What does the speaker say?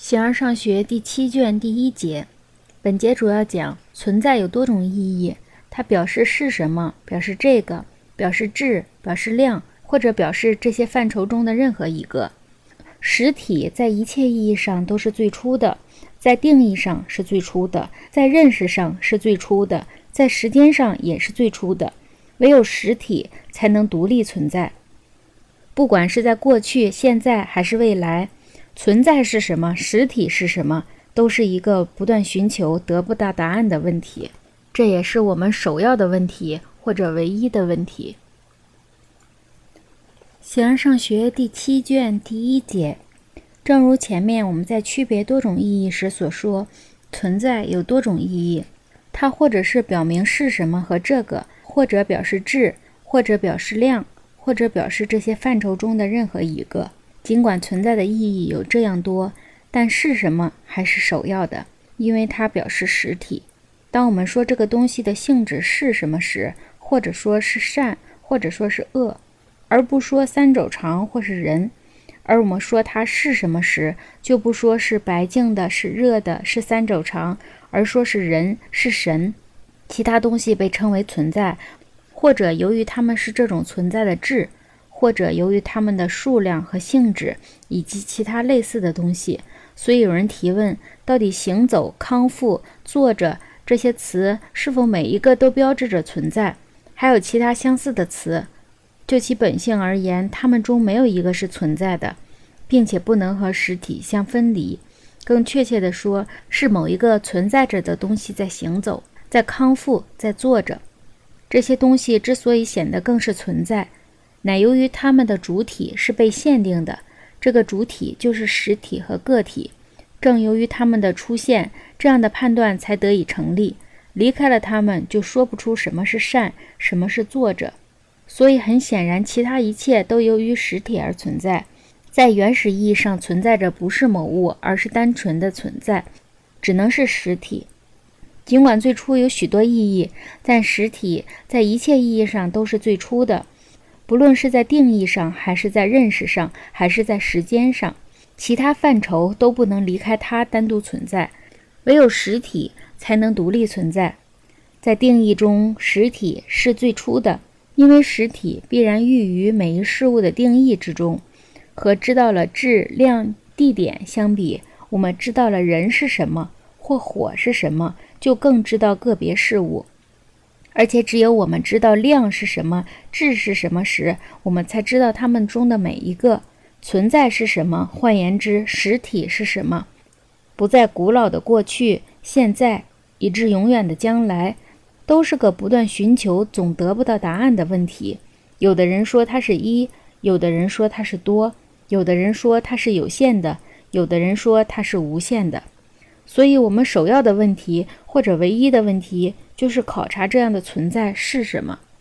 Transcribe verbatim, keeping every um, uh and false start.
形而上学第七卷第一节，本节主要讲存在有多种意义，它表示是什么，表示这个，表示质，表示量，或者表示这些范畴中的任何一个。实体在一切意义上都是最初的，在定义上是最初的，在认识上是最初的，在时间上也是最初的。唯有实体才能独立存在，不管是在过去、现在还是未来，存在是什么，实体是什么，都是一个不断寻求得不到答案的问题。这也是我们首要的问题，或者唯一的问题。形而上学第七卷第一节，正如前面我们在区别多种意义时所说，存在有多种意义，它或者是表明是什么和这个，或者表示质，或者表示量，或者表示这些范畴中的任何一个。尽管存在的意义有这样多，但是什么还是首要的，因为它表示实体。当我们说这个东西的性质是什么时，或者说是善，或者说是恶，而不说三肘长或是人，而我们说它是什么时，就不说是白净的，是热的，是三肘长，而说是人，是神。其他东西被称为存在，或者由于它们是这种存在的质，或者由于它们的数量和性质，以及其他类似的东西。所以有人提问，到底行走、康复、坐着这些词是否每一个都标志着存在？还有其他相似的词，就其本性而言，它们中没有一个是存在的，并且不能和实体相分离。更确切地说，是某一个存在着的东西在行走，在康复，在坐着。这些东西之所以显得更是存在，乃由于它们的主体是被限定的，这个主体就是实体和个体。正由于它们的出现，这样的判断才得以成立。离开了它们，就说不出什么是善，什么是坐着。所以很显然，其他一切都由于实体而存在。在原始意义上存在着不是某物，而是单纯的存在，只能是实体。尽管最初有许多意义，但实体在一切意义上都是最初的，不论是在定义上，还是在认识上，还是在时间上，其他范畴都不能离开它单独存在，唯有实体才能独立存在。在定义中，实体是最初的，因为实体必然寓于每一事物的定义之中。和知道了质、量、地点相比，我们知道了人是什么，或火是什么，就更知道个别事物。而且只有我们知道量是什么，质是什么时，我们才知道它们中的每一个。存在是什么，换言之，实体是什么，不在古老的过去、现在，以至永远的将来，都是个不断寻求总得不到答案的问题。有的人说它是一，有的人说它是多，有的人说它是有限的，有的人说它是无限的。所以我们首要的问题，或者唯一的问题，就是考察这样的存在是什么。